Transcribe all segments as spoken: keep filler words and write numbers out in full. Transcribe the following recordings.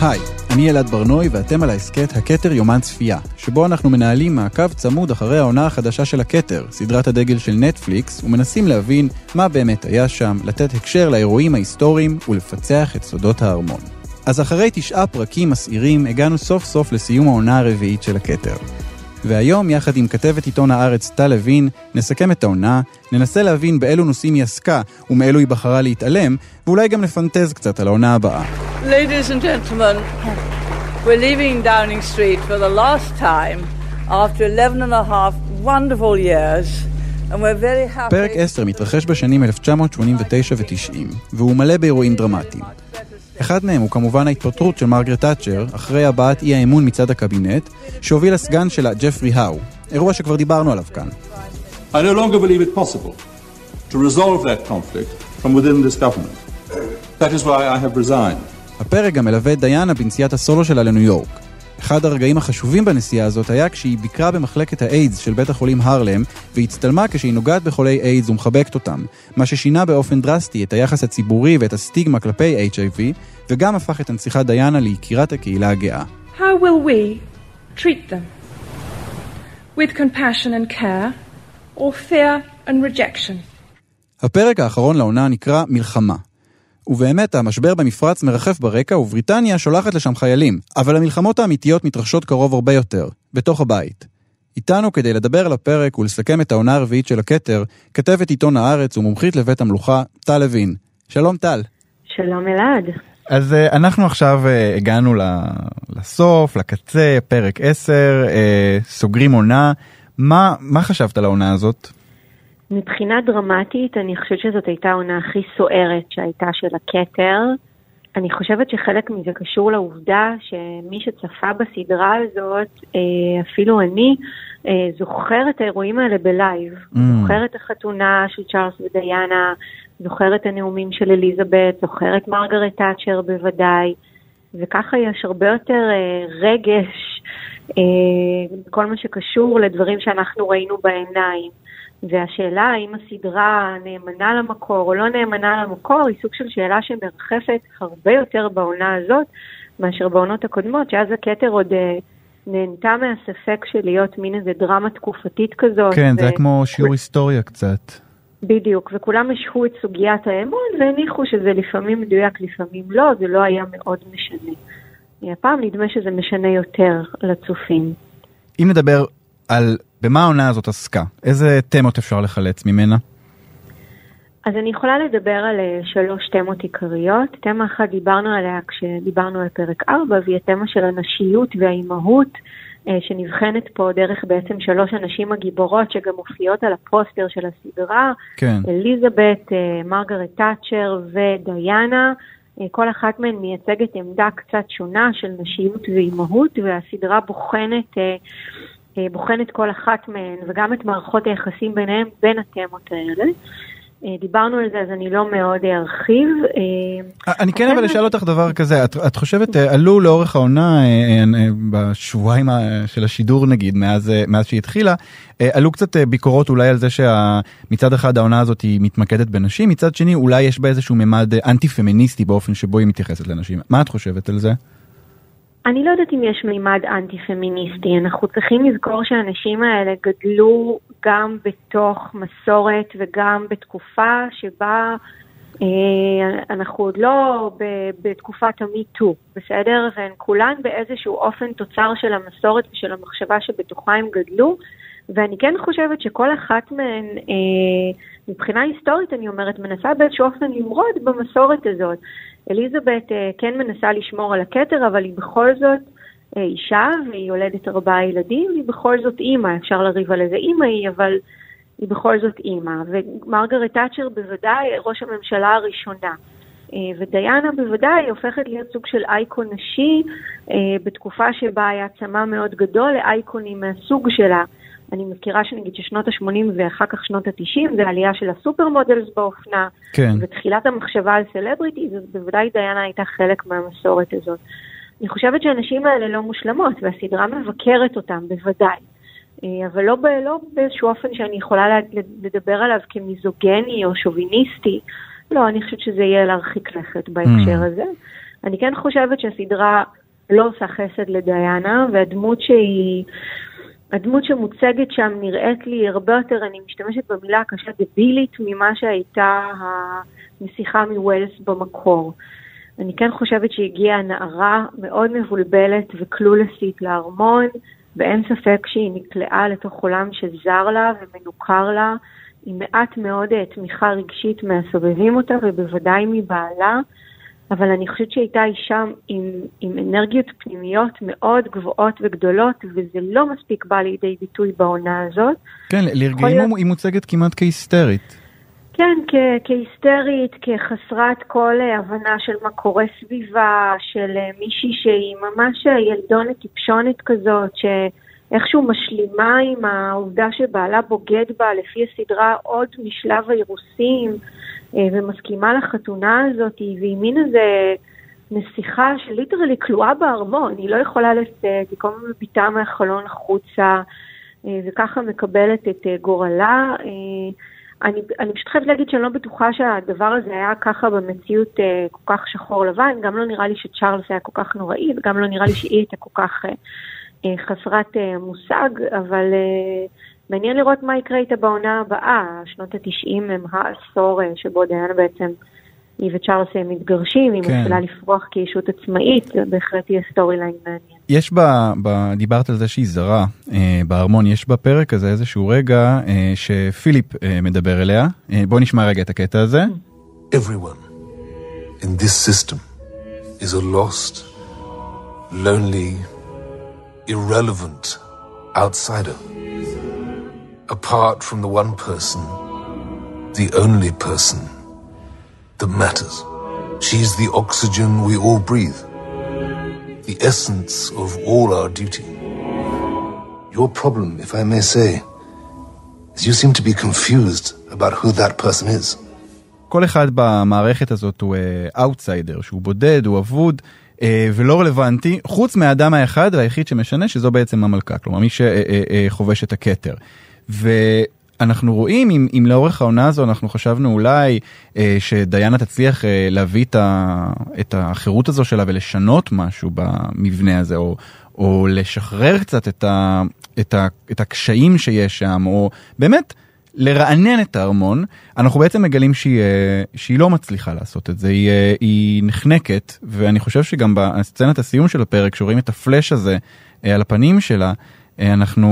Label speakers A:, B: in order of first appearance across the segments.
A: היי, אני אלעד ברנוי ואתם על העסקת הכתר יומן צפייה, שבו אנחנו מנהלים מעקב צמוד אחרי העונה החדשה של הכתר, סדרת הדגל של נטפליקס, ומנסים להבין מה באמת היה שם, לתת הקשר לאירועים ההיסטוריים ולפצח את סודות הארמון. אז אחרי תשעה פרקים מסעירים, הגענו סוף סוף לסיום העונה הרביעית של הכתר. והיום, יחד עם כתבת עיתון הארץ טל לוין, נסכם את העונה, ננסה להבין באילו נושאים היא עסקה ומאילו היא בחרה להתעלם, ואולי גם נפנטז קצת על העונה הבאה.
B: Ladies and gentlemen, we're leaving Downing Street for the last time after eleven and a half wonderful years, and we're very happy...
A: פרק עשר מתרחש בשנים אלף תשע מאות שמונים ותשע ו-תשעים, והוא מלא באירועים דרמטיים. אחד מהם הוא כמובן ההתפטרות של מרגרט תאצ'ר, אחרי הבעת אי האמון מצד הקבינט, שהוביל לסגן שלה ג'פרי האו, אירוע שכבר דיברנו עליו כאן.
C: I no longer believe it possible to resolve that conflict from within this government. That is why I have resigned.
A: הפרק גם מלווה את דיאנה בנסיעת הסולו שלה לניו יורק. אחד הרגעים החשובים בנסיעה הזאת היה כשהיא ביקרה במחלקת האיידס של בית החולים הרלם, והצטלמה כשהיא נוגעת בחולי איידס ומחבקת אותם, מה ששינה באופן דרסטי את היחס הציבורי ואת הסטיגמה כלפי אייץ' איי וי, וגם הפך את הנסיכת דיאנה ליקירת הקהילה הגאה.
D: How will we treat them? With compassion and care, or fear and rejection?
A: הפרק האחרון לעונה נקרא מלחמה. ובאמת המשבר במפרץ מרחף ברקע ובריטניה שולחת לשם חיילים, אבל המלחמות האמיתיות מתרחשות קרוב הרבה יותר, בתוך הבית. איתנו כדי לדבר על הפרק ולסכם את העונה הרביעית של הכתר, כתבת עיתון הארץ ומומחית לבית המלוכה, טל לוין. שלום טל.
E: שלום אלעד.
A: אז אנחנו עכשיו הגענו לסוף, לקצה, פרק עשר, סוגרים עונה. מה, מה חשבת על העונה הזאת?
E: מבחינה דרמטית, אני חושבת שזאת הייתה העונה הכי סוערת שהייתה של הכתר. אני חושבת שחלק מזה קשור לעובדה שמי שצפה בסדרה הזאת, אפילו אני, זוכר את האירועים האלה בלייב. Mm. זוכר את החתונה של צ'ארלס ודיאנה, זוכר את הנאומים של אליזבת, זוכר את מרגרט תאצ'ר בוודאי, וככה יש הרבה יותר רגש, כל מה שקשור לדברים שאנחנו ראינו בעיניים. והשאלה האם הסדרה נאמנה למקור או לא נאמנה למקור היא סוג של שאלה שמרחפת הרבה יותר בעונה הזאת מאשר בעונות הקודמות, שאז הכתר עוד נהנתה מהספק של להיות מין איזה דרמה תקופתית כזאת.
A: כן, ו... זה היה כמו שיעור היסטוריה קצת.
E: בדיוק, וכולם משכו את סוגיית האמון והניחו שזה לפעמים מדויק, לפעמים לא, זה לא היה מאוד משנה. הפעם נדמה שזה משנה יותר לצופים.
A: אם נדבר על במה העונה הזאת עסקה, איזה תמות אפשר לחלץ ממנה?
E: אז אני יכולה לדבר על שלוש תמות עיקריות. תמה אחת דיברנו עליה כשדיברנו על פרק ארבע, והיא התמה של הנשיות והאימהות, שנבחנת פה דרך בעצם שלוש הנשים הגיבורות שגם מופיעות על הפוסטר של הסדרה. כן. אליזבת, מרגרט תאצ'ר ודיאנה. כל אחת מהן מייצגת עמדה קצת שונה של נשיות ואימהות, והסדרה בוחנת בוחנת כל אחת מהן, וגם את מערכות היחסים ביניהם, בין התמות האלה. דיברנו על זה, אז אני לא מאוד ארחיב.
A: אני כן, אבל אשאל אותך דבר כזה, את, את חושבת, עלו לאורך העונה, בשבועיים של השידור נגיד, מאז, מאז שהיא התחילה, עלו קצת ביקורות אולי על זה שמצד אחד העונה הזאת היא מתמקדת בנשים, מצד שני אולי יש בה איזשהו ממד אנטי-פמיניסטי באופן שבו היא מתייחסת לנשים. מה את חושבת על זה?
E: אני לא יודעת אם יש מימד אנטי-פמיניסטי. אנחנו צריכים לזכור שהאנשים האלה גדלו גם בתוך מסורת וגם בתקופה שבה אה, אנחנו עוד לא ב- בתקופת המיטו, בסדר? והן כולן באיזשהו אופן תוצר של המסורת ושל המחשבה שבתוכה הם גדלו, ואני כן חושבת שכל אחת מהן, אה, מבחינה היסטורית אני אומרת, מנסה באיזשהו אופן למרוד במסורת הזאת. אליזבת כן מנסה לשמור על הכתר, אבל היא בכל זאת אישה, והיא יולדת ארבעה ילדים, והיא בכל זאת אימא, אפשר לריב על איזה אימא היא, אבל היא בכל זאת אימא. ומרגרט תאצ'ר בוודאי ראש הממשלה הראשונה, ודיאנה בוודאי הופכת להיות סוג של אייקון נשי, בתקופה שבה היה צמא מאוד גדול לאייקונים מהסוג שלה. אני מזכירה שנגיד ששנות ה-שמונים ואחר כך שנות ה-תשעים, זה העלייה של הסופר מודלס באופנה, כן. ותחילת המחשבה על סלבריטי, אז בוודאי דיאנה הייתה חלק מהמסורת הזאת. אני חושבת שהאנשים האלה לא מושלמות, והסדרה מבקרת אותם, בוודאי. אבל לא, ב- לא באיזשהו אופן שאני יכולה לדבר עליו כמיזוגני או שוביניסטי. לא, אני חושבת שזה יהיה להרחיק לכת בהקשר mm. הזה. אני כן חושבת שהסדרה לא עושה חסד לדיאנה, והדמות שהיא, הדמות שמוצגת שם נראית לי הרבה יותר, אני משתמשת במילה הקשה דבילית, ממה שהייתה הנסיכה מווילס במקור. אני כן חושבת שהגיעה נערה מאוד מבולבלת וקלולסית לארמון, ואין ספק שהיא נקלעה לתוך עולם שזר לה ומנוכר לה, עם מעט מאוד תמיכה רגשית מהסובבים אותה, ובוודאי מבעלה, אבל אני חושבת שהייתה אישה עם, עם אנרגיות פנימיות מאוד גבוהות וגדולות, וזה לא מספיק בא לידי ביטוי בעונה הזאת.
A: כן, לרגעים להיות... היא מוצגת כמעט כהיסטרית.
E: כן, כ- כהיסטרית, כחסרת כל הבנה של מה קורה סביבה, של מישהי שהיא ממש ילדונת טיפשונת כזאת, שאיכשהו משלימה עם העובדה שבעלה בוגד בה לפי הסדרה עוד משלב האירוסים, ומסכימה לחתונה הזאת, והיא מין איזה נסיכה שליטרלי כלואה בארמון, היא לא יכולה לצאת, היא כל הזמן מביטה מהחלון החוצה, וככה מקבלת את גורלה. אני, אני פשוט חייבת להגיד שאני לא בטוחה שהדבר הזה היה ככה במציאות אה, כל כך שחור לבן, גם לא נראה לי שצ'ארלס היה כל כך נוראי, וגם לא נראה לי שהיא הייתה כל כך אה, חסרת אה, מושג, אבל אה, מעניין לראות מה יקרה איתה בעונה הבאה. שנות ה-תשעים הם העשור אה, שבו דיאנה בעצם, היא וצ'ארלס הם מתגרשים, היא כן. מתחילה לפרוח כישות עצמאית, בהחלט היא סטורי ליין מעניין.
A: יש בה, בה, דיברת על זה שהיא זרה, אה, בארמון, יש בפרק הזה איזשהו רגע אה, שפיליפ אה, מדבר אליה. אה, בוא נשמע רגע את הקטע הזה.
F: Everyone in this system is a lost, lonely, irrelevant outsider. Apart from the one person, the only person that matters. She's the oxygen we all breathe. The essence of all our duty. Your problem, if I may say, is you seem to be confused about who that person is.
A: כל אחד במערכת הזאת הוא אאוטסיידר, שהוא בודד, הוא אבוד ולא רלוונטי, חוץ מהאדם האחד והיחיד שמשנה, שזו בעצם המלכה, כלומר מי שחובש את הכתר. ו... אנחנו רואים, אם, אם לאורך העונה הזו אנחנו חשבנו אולי אה, שדיינה תצליח אה, להביא את, ה, את החירות הזו שלה ולשנות משהו במבנה הזה, או, או לשחרר קצת את, ה, את, ה, את הקשיים שיש שם, או באמת לרענן את הארמון, אנחנו בעצם מגלים שהיא, שהיא לא מצליחה לעשות את זה, היא, היא נחנקת, ואני חושב שגם בסצנת הסיום של הפרק, שרואים את הפלש הזה על הפנים שלה, אנחנו...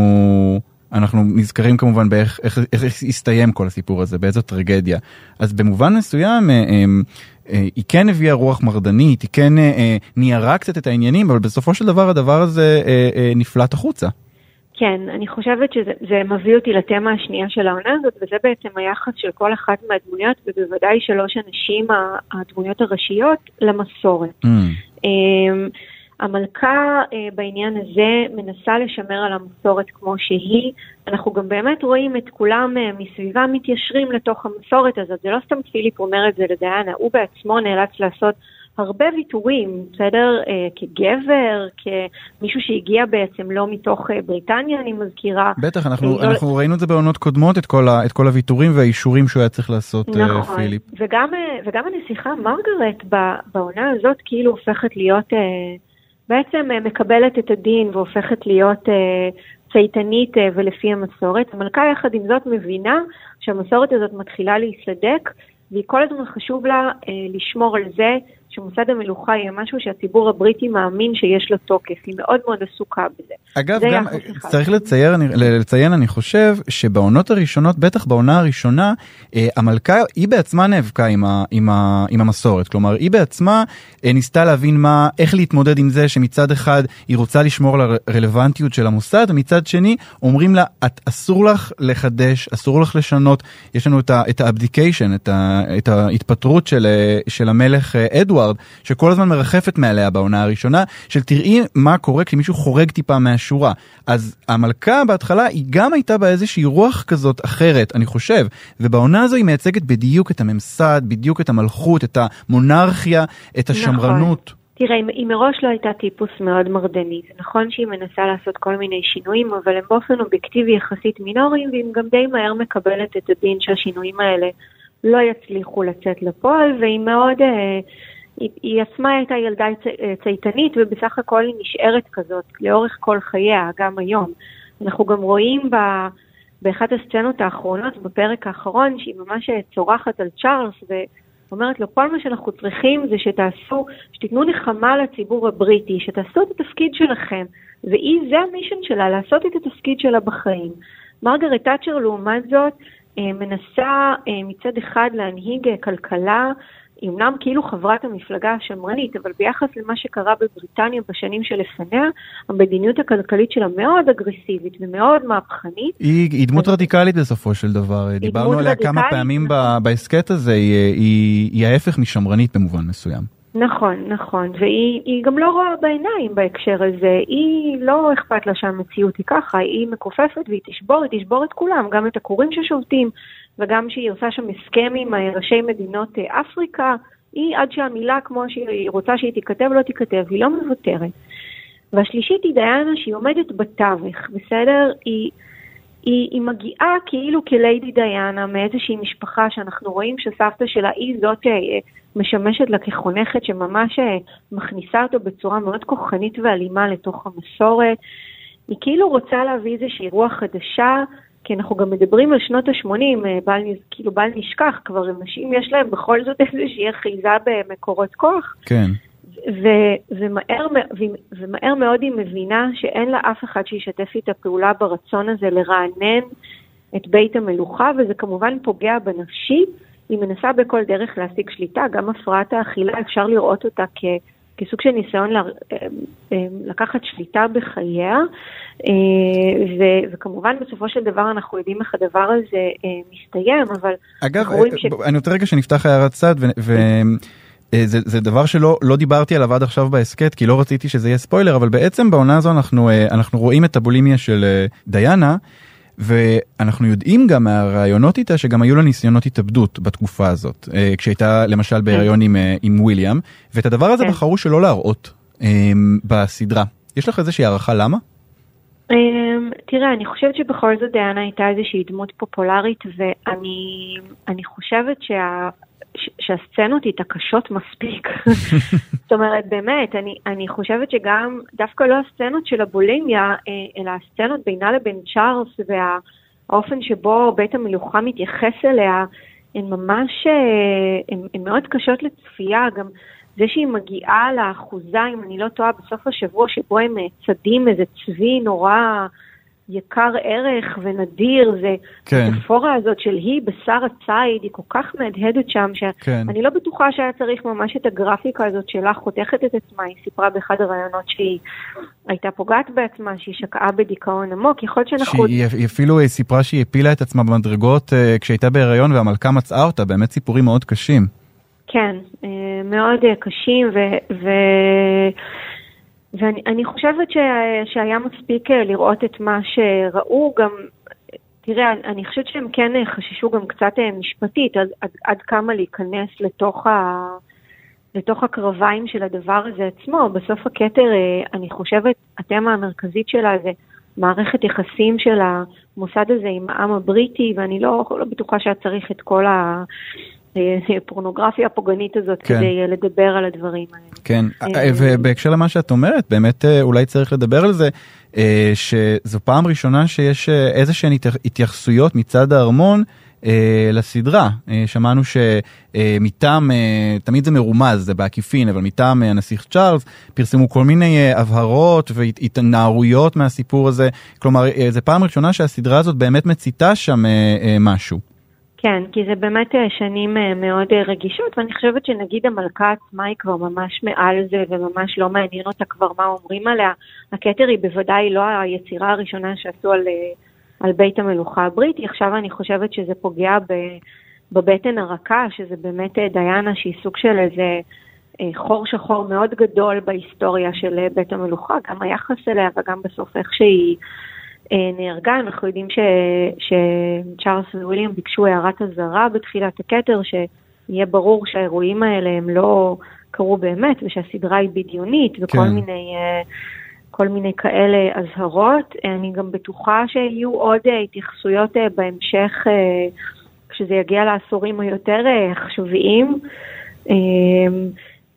A: אנחנו נזכרים כמובן באיך איך, איך הסתיים כל הסיפור הזה, באיזו טרגדיה. אז במובן מסוים, אה, אה, אה, היא כן הביאה רוח מרדנית, היא כן אה, אה, ניירה קצת את העניינים, אבל בסופו של דבר הדבר הזה אה, אה, נפלט החוצה.
E: כן, אני חושבת שזה מביא אותי לתמה השנייה של העונה הזאת, וזה בעצם היחס של כל אחת מהדמויות, ובוודאי שלוש אנשים, הדמויות הראשיות, למסורת. Mm. אה, המלכה אה, בעניין הזה מנסה לשמר על המסורת כמו שהיא. אנחנו גם באמת רואים את כולם אה, מסביבה מתיישרים לתוך המסורת הזאת. זה לא סתם פיליפ אומר את זה לדיינה, הוא בעצמו נאלץ לעשות הרבה ויתורים, בסדר? אה, כגבר, כמישהו שהגיע בעצם לא מתוך אה, בריטניה, אני מזכירה.
A: בטח, אנחנו, אה, אנחנו לא... ראינו את זה בעונות קודמות, את כל, ה, את כל הוויתורים והאישורים שהוא היה צריך לעשות,
E: נכון.
A: אה, פיליפ.
E: וגם, אה, וגם הנסיכה מרגרט בעונה הזאת כאילו הופכת להיות... אה, בעצם מקבלת את הדין והופכת להיות צייתנית ולפי המסורת. המלכה יחד עם זאת מבינה שהמסורת הזאת מתחילה להיסדק, והיא כל הזמן חשוב לה לשמור על זה שמוסד המלוכה יהיה משהו שהציבור הבריטי מאמין שיש לו תוקף. היא מאוד מאוד עסוקה בזה.
A: אגב, גם צריך לציין, לציין, אני חושב, שבעונות הראשונות, בטח בעונה הראשונה, המלכה היא בעצמה נאבקה עם, ה, עם, ה, עם המסורת. כלומר, היא בעצמה ניסתה להבין מה, איך להתמודד עם זה שמצד אחד היא רוצה לשמור על הרלוונטיות של המוסד, ומצד שני אומרים לה, את אסור לך לחדש, אסור לך לשנות. יש לנו את האבדיקיישן, את, את ההתפטרות של, של המלך אדוארד, שכל הזמן מרחפת מעליה בעונה הראשונה, של תראי מה קורה כשמישהו חורג טיפה מהשורה. אז המלכה בהתחלה היא גם הייתה באיזושהי רוח כזאת אחרת, אני חושב, ובעונה הזו היא מייצגת בדיוק את הממסד, בדיוק את המלכות, את המונרכיה, את השמרנות.
E: נכון. תראה, היא מראש לא הייתה טיפוס מאוד מרדני. זה נכון שהיא מנסה לעשות כל מיני שינויים, אבל הם באופן אובייקטיבי יחסית מינוריים, והיא גם די מהר מקבלת את הדין שהשינויים האלה לא יצליחו לצאת לפועל, והיא מאוד... היא, היא עצמה הייתה ילדה צייתנית, ובסך הכל היא נשארת כזאת, לאורך כל חייה, גם היום. אנחנו גם רואים ב, באחת הסצנות האחרונות, בפרק האחרון, שהיא ממש צורחת על צ'ארלס, ואומרת לו, כל מה שאנחנו צריכים זה שתעשו, שתיתנו נחמה לציבור הבריטי, שתעשו את התפקיד שלכם, והיא, זה המישן שלה, לעשות את התפקיד שלה בחיים. מרגרט תאצ'ר, לעומת זאת, מנסה מצד אחד להנהיג כלכלה, היא אמנם כאילו חברת המפלגה השמרנית, אבל ביחס למה שקרה בבריטניה בשנים שלפניה, המדיניות הכלכלית שלה מאוד אגרסיבית ומאוד מהפכנית.
A: היא, היא דמות רדיקלית בסופו של דבר. דיברנו עליה כמה פעמים בעסקת הזה, היא, היא, היא ההפך משמרנית במובן מסוים.
E: נכון, נכון, והיא גם לא רואה בעיניים בהקשר הזה, היא לא אכפת לה שהמציאות היא ככה, היא מקופפת והיא תשבור, היא תשבור את כולם, גם את הכורים ששובתים, וגם שהיא עושה שם הסכם עם ראשי מדינות אפריקה, היא עד שהמילה כמו שהיא רוצה שהיא תיכתב לא תיכתב, היא לא מבטרת. והשלישית היא דיאנה שהיא עומדת בתווך, בסדר? היא, היא, היא מגיעה כאילו כליידי דיאנה מאיזושהי משפחה שאנחנו רואים שסבתא שלה היא זאת משמשת לה כחונכת שממש מכניסה אותו בצורה מאוד כוחנית ואלימה לתוך המסורת. היא כאילו רוצה להביא איזושהי רוח חדשה, כי אנחנו גם מדברים על שנות ה-שמונים, בל, כאילו בל נשכח, כבר אנשים יש להם בכל זאת איזושהי אחיזה במקורות כוח.
A: כן.
E: ו- ומהר, ו- ומהר מאוד היא מבינה שאין לה אף אחד שישתף איתה פעולה ברצון הזה לרענן את בית המלוכה, וזה כמובן פוגע בנפשי. היא מנסה בכל דרך להשיג שליטה, גם הפרעת האכילה אפשר לראות אותה כ... כסוג של ניסיון לקחת שליטה בחייה, וכמובן בסופו של דבר אנחנו יודעים איך הדבר הזה מסתיים, אבל...
A: אגב, אני רוצה רגע שנפתח הערת צד, וזה דבר שלא דיברתי עליו עד עכשיו בעסקת, כי לא רציתי שזה יהיה ספוילר, אבל בעצם בעונה הזו אנחנו רואים את הבולימיה של דיאנה, ואנחנו יודעים גם מהרעיונות איתה שגם היו לה ניסיונות התאבדות בתקופה הזאת, כשהייתה למשל בהיריון עם, עם וויליאם, ואת הדבר הזה בחרו שלא להראות בסדרה. יש לך איזושהי הערכה למה?
E: תראה, אני חושבת שבכל זאת דיאנה הייתה איזושהי דמות פופולרית, ואני אני חושבת שה... שהסצנות התעקשות מספיק. זאת אומרת, באמת, אני, אני חושבת שגם, דווקא לא הסצנות של הבולימיה, אלא הסצנות בינה לבין צ'ארלס, והאופן שבו בית המלוכה מתייחס אליה, הן ממש, הן, הן מאוד קשות לצפייה, גם זה שהיא מגיעה לאחוזה, אם אני לא טועה, בסוף השבוע שבו הם צדים איזה צבי נורא יקר ערך ונדיר, זה כן. התפורה הזאת של היא בשר הציד, היא כל כך מהדהדת שם, שאני כן. לא בטוחה שהיה צריך ממש את הגרפיקה הזאת שלה חותכת את עצמה, היא סיפרה באחד הרעיונות שהיא הייתה פוגעת בעצמה, שהיא שקעה בדיכאון עמוק, יכול שאנחנו...
A: שהיא אפילו סיפרה שהיא הפילה את עצמה במדרגות uh, כשהייתה בהיריון והמלכה מצאה אותה, באמת סיפורים מאוד קשים.
E: כן, uh, מאוד uh, קשים ו... ו... ואני אני חושבת ש, שהיה מספיק לראות את מה שראו, גם, תראה, אני חושבת שהם כן חששו גם קצת משפטית, עד, עד, עד כמה להיכנס לתוך, ה, לתוך הקרביים של הדבר הזה עצמו. בסוף הכתר, אני חושבת, התמה המרכזית שלה זה מערכת יחסים של המוסד הזה עם העם הבריטי, ואני לא, לא בטוחה שאת צריך את כל ה... פורנוגרפיה הפוגענית הזאת כן. כדי לדבר על הדברים האלה.
A: כן, ובהקשר למה שאת אומרת, באמת אולי צריך לדבר על זה, שזו פעם ראשונה שיש איזושהי התייחסויות מצד הארמון לסדרה. שמענו שמטעם, תמיד זה מרומז, זה בעקיפין, אבל מטעם הנסיך צ'ארלס, פרסמו כל מיני הבהרות והתנערויות מהסיפור הזה. כלומר, זו פעם ראשונה שהסדרה הזאת באמת מציתה שם משהו.
E: כן, כי זה באמת שנים מאוד רגישות, ואני חושבת שנגיד המלכה עצמה היא כבר ממש מעל זה, וממש לא מעניין אותה כבר מה אומרים עליה. הכתר היא בוודאי לא היצירה הראשונה שעשו על, על בית המלוכה הבריטי, עכשיו אני חושבת שזה פוגע בבטן הרכה, שזה באמת דיאנה שהיא סוג של איזה חור שחור מאוד גדול בהיסטוריה של בית המלוכה, גם היחס אליה וגם בסוף איך שהיא... נהרגה. אנחנו יודעים שצ'ארלס וויליאם ביקשו הערת אזהרה בתחילת הכתר, שיהיה ברור שהאירועים האלה הם לא קרו באמת, ושהסדרה היא בדיונית, וכל כן. מיני, כל מיני כאלה אזהרות. אני גם בטוחה שיהיו עוד התייחסויות בהמשך, כשזה יגיע לעשורים היותר חשוביים.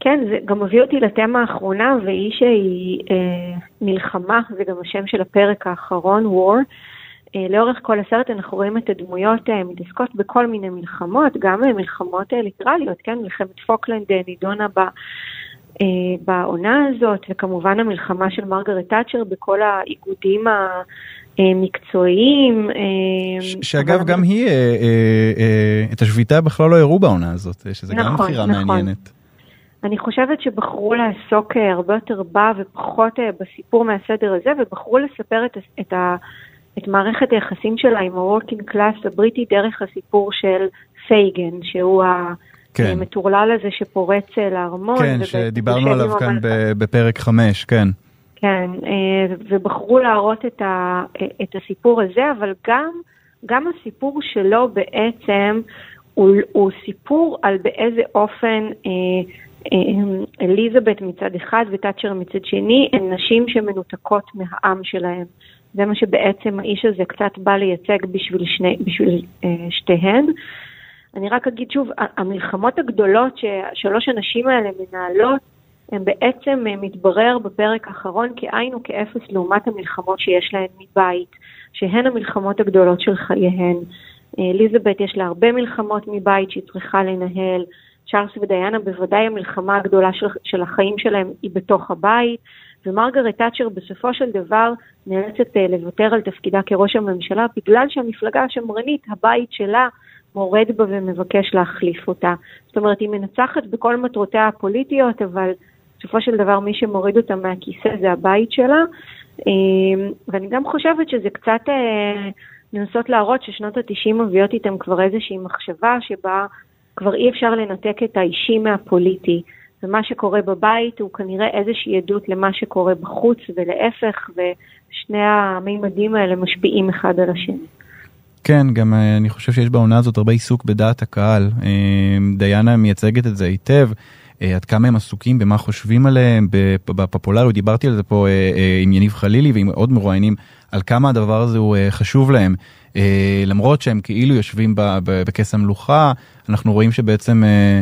E: כן, זה גם מביא אותי לתמה האחרונה, והיא שהיא אה, מלחמה, זה גם השם של הפרק האחרון, War. אה, לאורך כל הסרט אנחנו רואים את הדמויות אה, מתעסקות בכל מיני מלחמות, גם אה, מלחמות אה, ליטרליות, כן? מלחמת פוקלנד אה, נידונה ב, אה, בעונה הזאת, וכמובן המלחמה של מרגרט תאצ'ר בכל האיגודים המקצועיים. אה,
A: ש- שאגב, גם המ... היא, אה, אה, אה, את השביתה בכלל לא הראו בעונה הזאת, שזה נכון, גם בחירה נכון. מעניינת.
E: אני חושבת שבחרו לעסוק הרבה יותר בה ופחות בסיפור מהסדר הזה, ובחרו לספר את, את, ה, את מערכת היחסים שלה עם ה-working class הבריטי דרך הסיפור של פייגן, שהוא כן. המטורלל הזה שפורץ לארמון.
A: כן, שדיברנו עליו כאן בפרק חמש, כן.
E: כן, ובחרו להראות את, ה, את הסיפור הזה, אבל גם, גם הסיפור שלו בעצם הוא, הוא סיפור על באיזה אופן אליזבת מצד אחד ותאצ'ר מצד שני, הן נשים שמנותקות מהעם שלהם. זה מה שבעצם האיש הזה קצת בא לייצג בשביל, שני, בשביל אה, שתיהן. אני רק אגיד שוב, המלחמות הגדולות ששלוש הנשים האלה מנהלות, הן בעצם מתברר בפרק האחרון כעין וכאפס לעומת המלחמות שיש להן מבית, שהן המלחמות הגדולות של חייהן. אליזבת יש לה הרבה מלחמות מבית שהיא צריכה לנהל, צ'ארלס ודיינה בוודאי המלחמה הגדולה של, של החיים שלהם היא בתוך הבית, ומרגרט תאצ'ר בסופו של דבר נאלצת לוותר על תפקידה כראש הממשלה, בגלל שהמפלגה השמרנית, הבית שלה, מורד בה ומבקש להחליף אותה. זאת אומרת, היא מנצחת בכל מטרותיה הפוליטיות, אבל בסופו של דבר מי שמוריד אותה מהכיסא זה הבית שלה, ואני גם חושבת שזה קצת לנסות להראות ששנות ה-תשעים מביאות איתם כבר איזושהי מחשבה שבה כבר אי אפשר לנתק את האישי מהפוליטי, ומה שקורה בבית הוא כנראה איזושהי עדות למה שקורה בחוץ ולהפך, ושני המימדים האלה משפיעים אחד על השני.
A: כן, גם אני חושב שיש בעונה הזאת הרבה עיסוק בדעת הקהל. דיינה מייצגת את זה היטב, עד כמה הם עסוקים במה חושבים עליהם, בפופולריות, דיברתי על זה פה עם יניב חלילי ועם עוד מרואיינים, על כמה הדבר הזה הוא חשוב להם. למרות שהם כאילו יושבים בכס המלוכה, אנחנו רואים שבעצם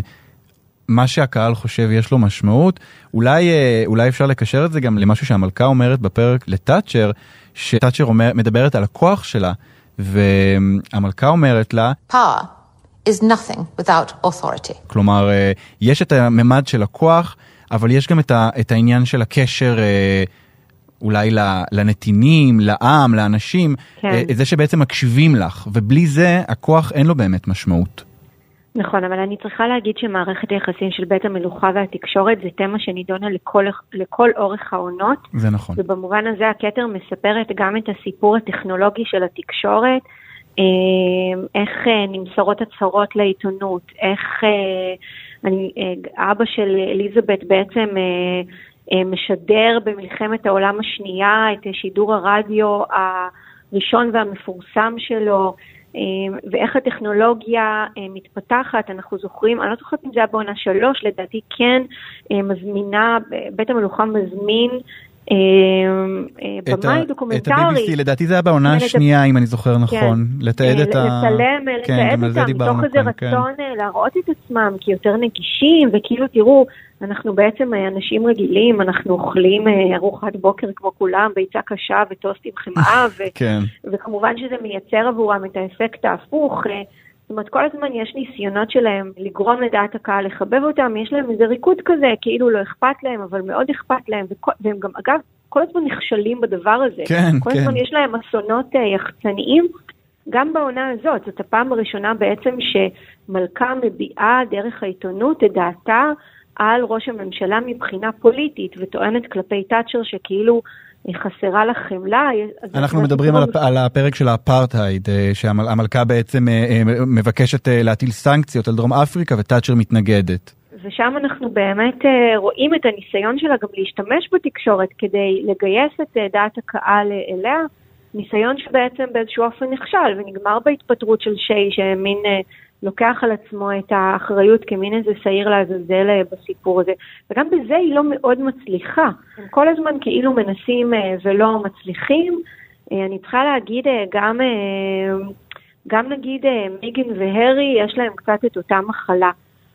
A: מה שהקהל חושב יש לו משמעות. אולי, אולי אפשר לקשר את זה גם למשהו שהמלכה אומרת בפרק לטאצ'ר, שטאצ'ר מדברת על הכוח שלה, והמלכה אומרת לה,
G: Power is nothing without authority.
A: כלומר, יש את הממד של הכוח, אבל יש גם את, ה, את העניין של הקשר אולי לנתינים, לעם, לאנשים, כן. זה שבעצם מקשיבים לך, ובלי זה הכוח אין לו באמת משמעות.
E: נכון, אבל אני צריכה להגיד שמערכת היחסים של בית המלוכה והתקשורת זה תמה שנידונה לכל, לכל אורך העונות.
A: זה נכון.
E: ובמובן הזה הכתר מספרת גם את הסיפור הטכנולוגי של התקשורת, איך נמסרות הצהרות לעיתונות, איך אני, אבא של אליזבת בעצם משדר במלחמת העולם השנייה את שידור הרדיו הראשון והמפורסם שלו, ואיך הטכנולוגיה מתפתחת. אנחנו זוכרים, אני לא זוכרת אם זה היה בעונה שלוש, לדעתי כן, מזמינה, בית המלוכה מזמין במאי דוקומנטרי.
A: את ה-בי בי סי, לדעתי זה היה בעונה השנייה, אם אני זוכר נכון. לתעד את ה...
E: לצלם, לתעד אותם, מתוך איזה רצון להראות את עצמם כיותר נגישים, וכאילו תראו, אנחנו בעצם אנשים רגילים, אנחנו אוכלים ארוחת בוקר כמו כולם, ביצה קשה וטוסט עם חמאה, וכמובן שזה מייצר עבורם את האפקט ההפוך. זאת אומרת, כל הזמן יש ניסיונות שלהם לגרום לדעת הקהל, לחבב אותם, יש להם איזה ריקוד כזה, כאילו לא אכפת להם, אבל מאוד אכפת להם, והם גם, אגב, כל הזמן נכשלים בדבר הזה.
A: כן,
E: כל
A: כן.
E: הזמן יש להם אסונות יחצניים, גם בעונה הזאת. זאת הפעם הראשונה בעצם שמלכה מביעה דרך העיתונות את דעתה על ראש הממשלה מבחינה פוליטית, וטוענת כלפי תאצ'ר שכאילו חסרה לה חמלה.
A: אנחנו מדברים על, על הפרק של האפרטהייד, שהמלכה בעצם מבקשת להטיל סנקציות על דרום אפריקה, ותאצ'ר מתנגדת.
E: ושם אנחנו באמת רואים את הניסיון שלה גם להשתמש בתקשורת כדי לגייס את דעת הקהל אליה, ניסיון שבעצם באיזשהו אופן נכשל, ונגמר בהתפטרות של שי, שמין לוקח על עצמו את האחריות כמין איזה שעיר לעזאזל בסיפור הזה. וגם בזה היא לא מאוד מצליחה. הם כל הזמן כאילו מנסים ולא מצליחים. אני צריכה להגיד גם, גם נגיד מיגן והרי, יש להם קצת את אותה מחלה.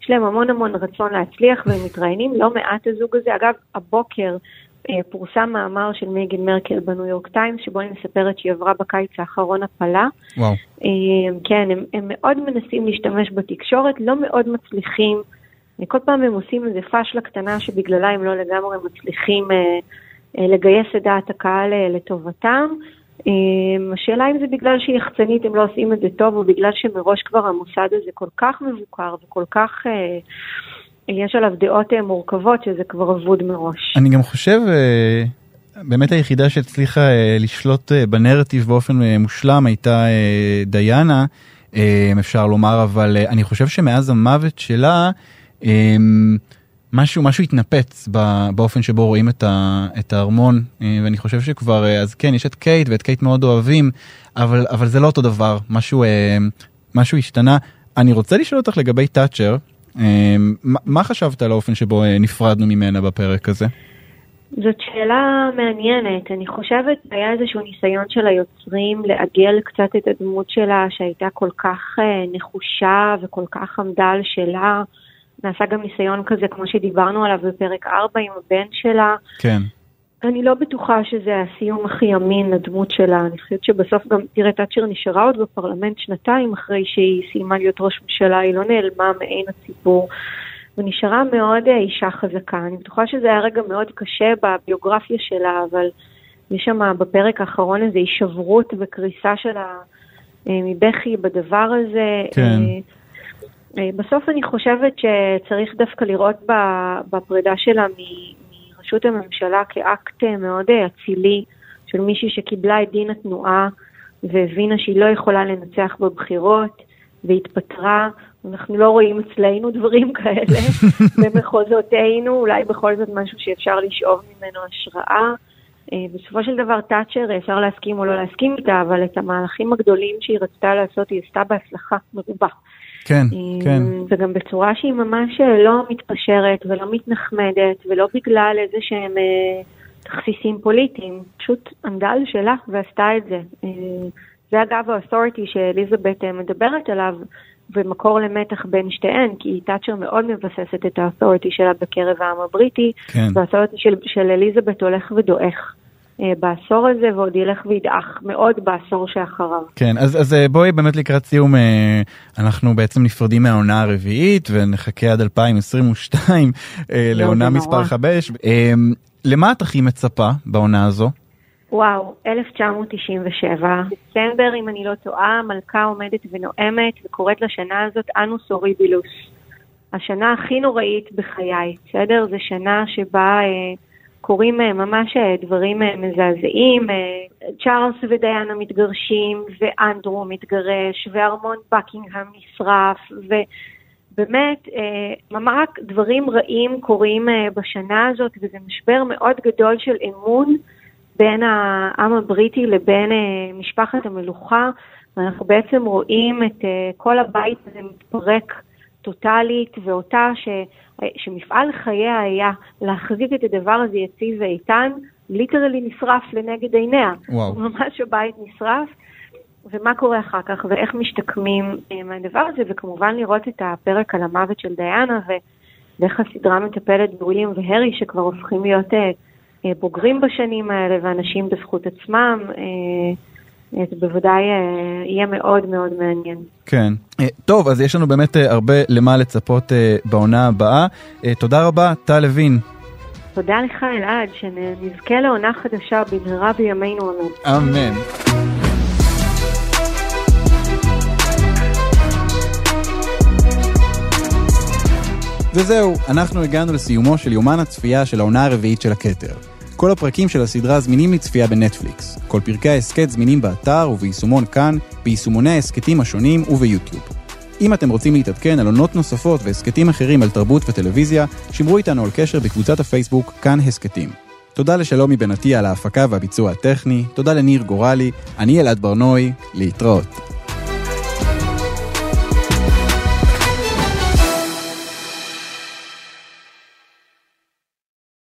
E: יש להם המון המון רצון להצליח, והם מתראיינים לא מעט הזוג הזה. אגב, הבוקר פורסם מאמר של מייגן מרקל בניו יורק טיימס, שבו היא מספרת שהיא עברה בקיץ האחרון הפלה.
A: וואו.
E: כן, הם, הם מאוד מנסים להשתמש בתקשורת, לא מאוד מצליחים. כל פעם הם עושים איזה פשלה קטנה שבגללה הם לא לגמרי מצליחים אה, אה, לגייס את דעת הקהל אה, לטובתם. אה, השאלה אם זה בגלל שהיא יחצנית הם לא עושים את זה טוב, או בגלל שמראש כבר המוסד הזה כל כך מבוקר וכל כך... אה, יש עליו דעות מורכבות שזה כבר עבוד מראש.
A: אני גם חושב, באמת היחידה שהצליחה לשלוט בנרטיב באופן מושלם הייתה דיינה, אפשר לומר, אבל אני חושב שמאז המוות שלה, משהו, משהו התנפץ באופן שבו רואים את, ה, את הארמון, ואני חושב שכבר, אז כן, יש את קייט, ואת קייט מאוד אוהבים, אבל, אבל זה לא אותו דבר, משהו, משהו השתנה. אני רוצה לשאול אותך לגבי תאצ'ר, מה חשבת על האופן שבו נפרדנו ממנה בפרק הזה?
E: זאת שאלה מעניינת. אני חושבת היה איזשהו ניסיון של היוצרים לעגל קצת את הדמות שלה שהייתה כל כך נחושה וכל כך עמדה על שלה. נעשה גם ניסיון כזה כמו שדיברנו עליו בפרק ארבע עם הבן שלה. כן. אני לא בטוחה שזה הסיום הכי אמין לדמות שלה. אני חושבת שבסוף גם, תראה, תאצ'ר נשארה עוד בפרלמנט שנתיים אחרי שהיא סיימה להיות ראש ממשלה, היא לא נעלמה מעין הציבור, ונשארה מאוד אישה חזקה. אני בטוחה שזה היה רגע מאוד קשה בביוגרפיה שלה, אבל יש שם בפרק האחרון איזו הישברות וקריסה שלה מבכי בדבר הזה. כן. בסוף אני חושבת שצריך דווקא לראות בפרידה שלה מ... ראשות הממשלה כאקט מאוד אצילי של מישהי שקיבלה את דין התנועה והבינה שהיא לא יכולה לנצח בבחירות והתפטרה. אנחנו לא רואים אצלנו דברים כאלה במחוזותינו, אולי בכל זאת משהו שאפשר לשאוב ממנו השראה. בסופו של דבר תאצ'ר אפשר להסכים או לא להסכים איתה, אבל את המהלכים הגדולים שהיא רצתה לעשות היא עשתה בהצלחה מרובה.
A: כן, כן.
E: וגם בצורה שהיא ממש לא מתפשרת ולא מתנחמדת, ולא בגלל איזה שהם תכסיסים פוליטיים, פשוט עמדה על שלה ועשתה את זה. זה אגב האותוריטי שאליזבת מדברת עליו, ומקור למתח בין שתיהן, כי תאצ'ר מאוד מבססת את האותוריטי שלה בקרב העם הבריטי, כן. והאותוריטי של, של אליזבת הולך ודועך. בעשור הזה, ועוד ילך וידעך מאוד בעשור שאחריו.
A: כן, אז, אז בואי באמת לקראת סיום, אנחנו בעצם נפרדים מהעונה הרביעית, ונחכה עד אלפיים עשרים ושתיים לעונה מספר חמש. למה את הכי מצפה בעונה הזו?
E: וואו, אלף תשע מאות תשעים ושבע, דצמבר, אם אני לא טועה, מלכה עומדת ונואמת, וקוראת לשנה הזאת אנוס אוריבילוס. השנה הכי נוראית בחיי, בסדר? זו שנה שבה... קוראים ממש דברים מזעזעים, צ'ארלס ודיינה מתגרשים, ואנדרו מתגרש, וארמון בקינגהאם נשרף, ובאמת, ממש דברים רעים קורים בשנה הזאת, וזה משבר מאוד גדול של אמון בין העם הבריטי לבין משפחת המלוכה, ואנחנו בעצם רואים את כל הבית הזה מתפרק טוטלית, ואותה ש... שמפעל חייה היה להחזיק את הדבר הזה יציב ואיתן, ליטרלי נשרף לנגד עיניה. וואו. ממש הבית נשרף, ומה קורה אחר כך, ואיך משתקמים מהדבר הזה, וכמובן לראות את הפרק על המוות של דיינה, ואיך הסדרה מטפלת בוויליאם והרי, שכבר הופכים להיות בוגרים בשנים האלה, ואנשים בזכות עצמם, זה בוודאי יהיה מאוד מאוד מעניין.
A: כן. טוב, אז יש לנו באמת הרבה למה לצפות בעונה הבאה. תודה רבה, טל לוין.
E: תודה לך אלעד, שנזכה לעונה חדשה במהרה בימינו אמן.
A: אמן. וזהו, אנחנו הגענו לסיומו של יומן הצפייה של העונה הרביעית של הכתר. כל הפרקים של הסדרה זמינים לצפייה בנטפליקס. כל פרקי העסקת זמינים באתר וביישומון כאן, ביישומוני העסקתים השונים וביוטיוב. אם אתם רוצים להתעדכן על עונות נוספות ועסקתים אחרים על תרבות וטלוויזיה, שמרו איתנו על קשר בקבוצת הפייסבוק כאן הסקתים. תודה לשלומי בנתי על ההפקה והביצוע הטכני, תודה לניר גורלי, אני אלעד ברנוי, להתראות.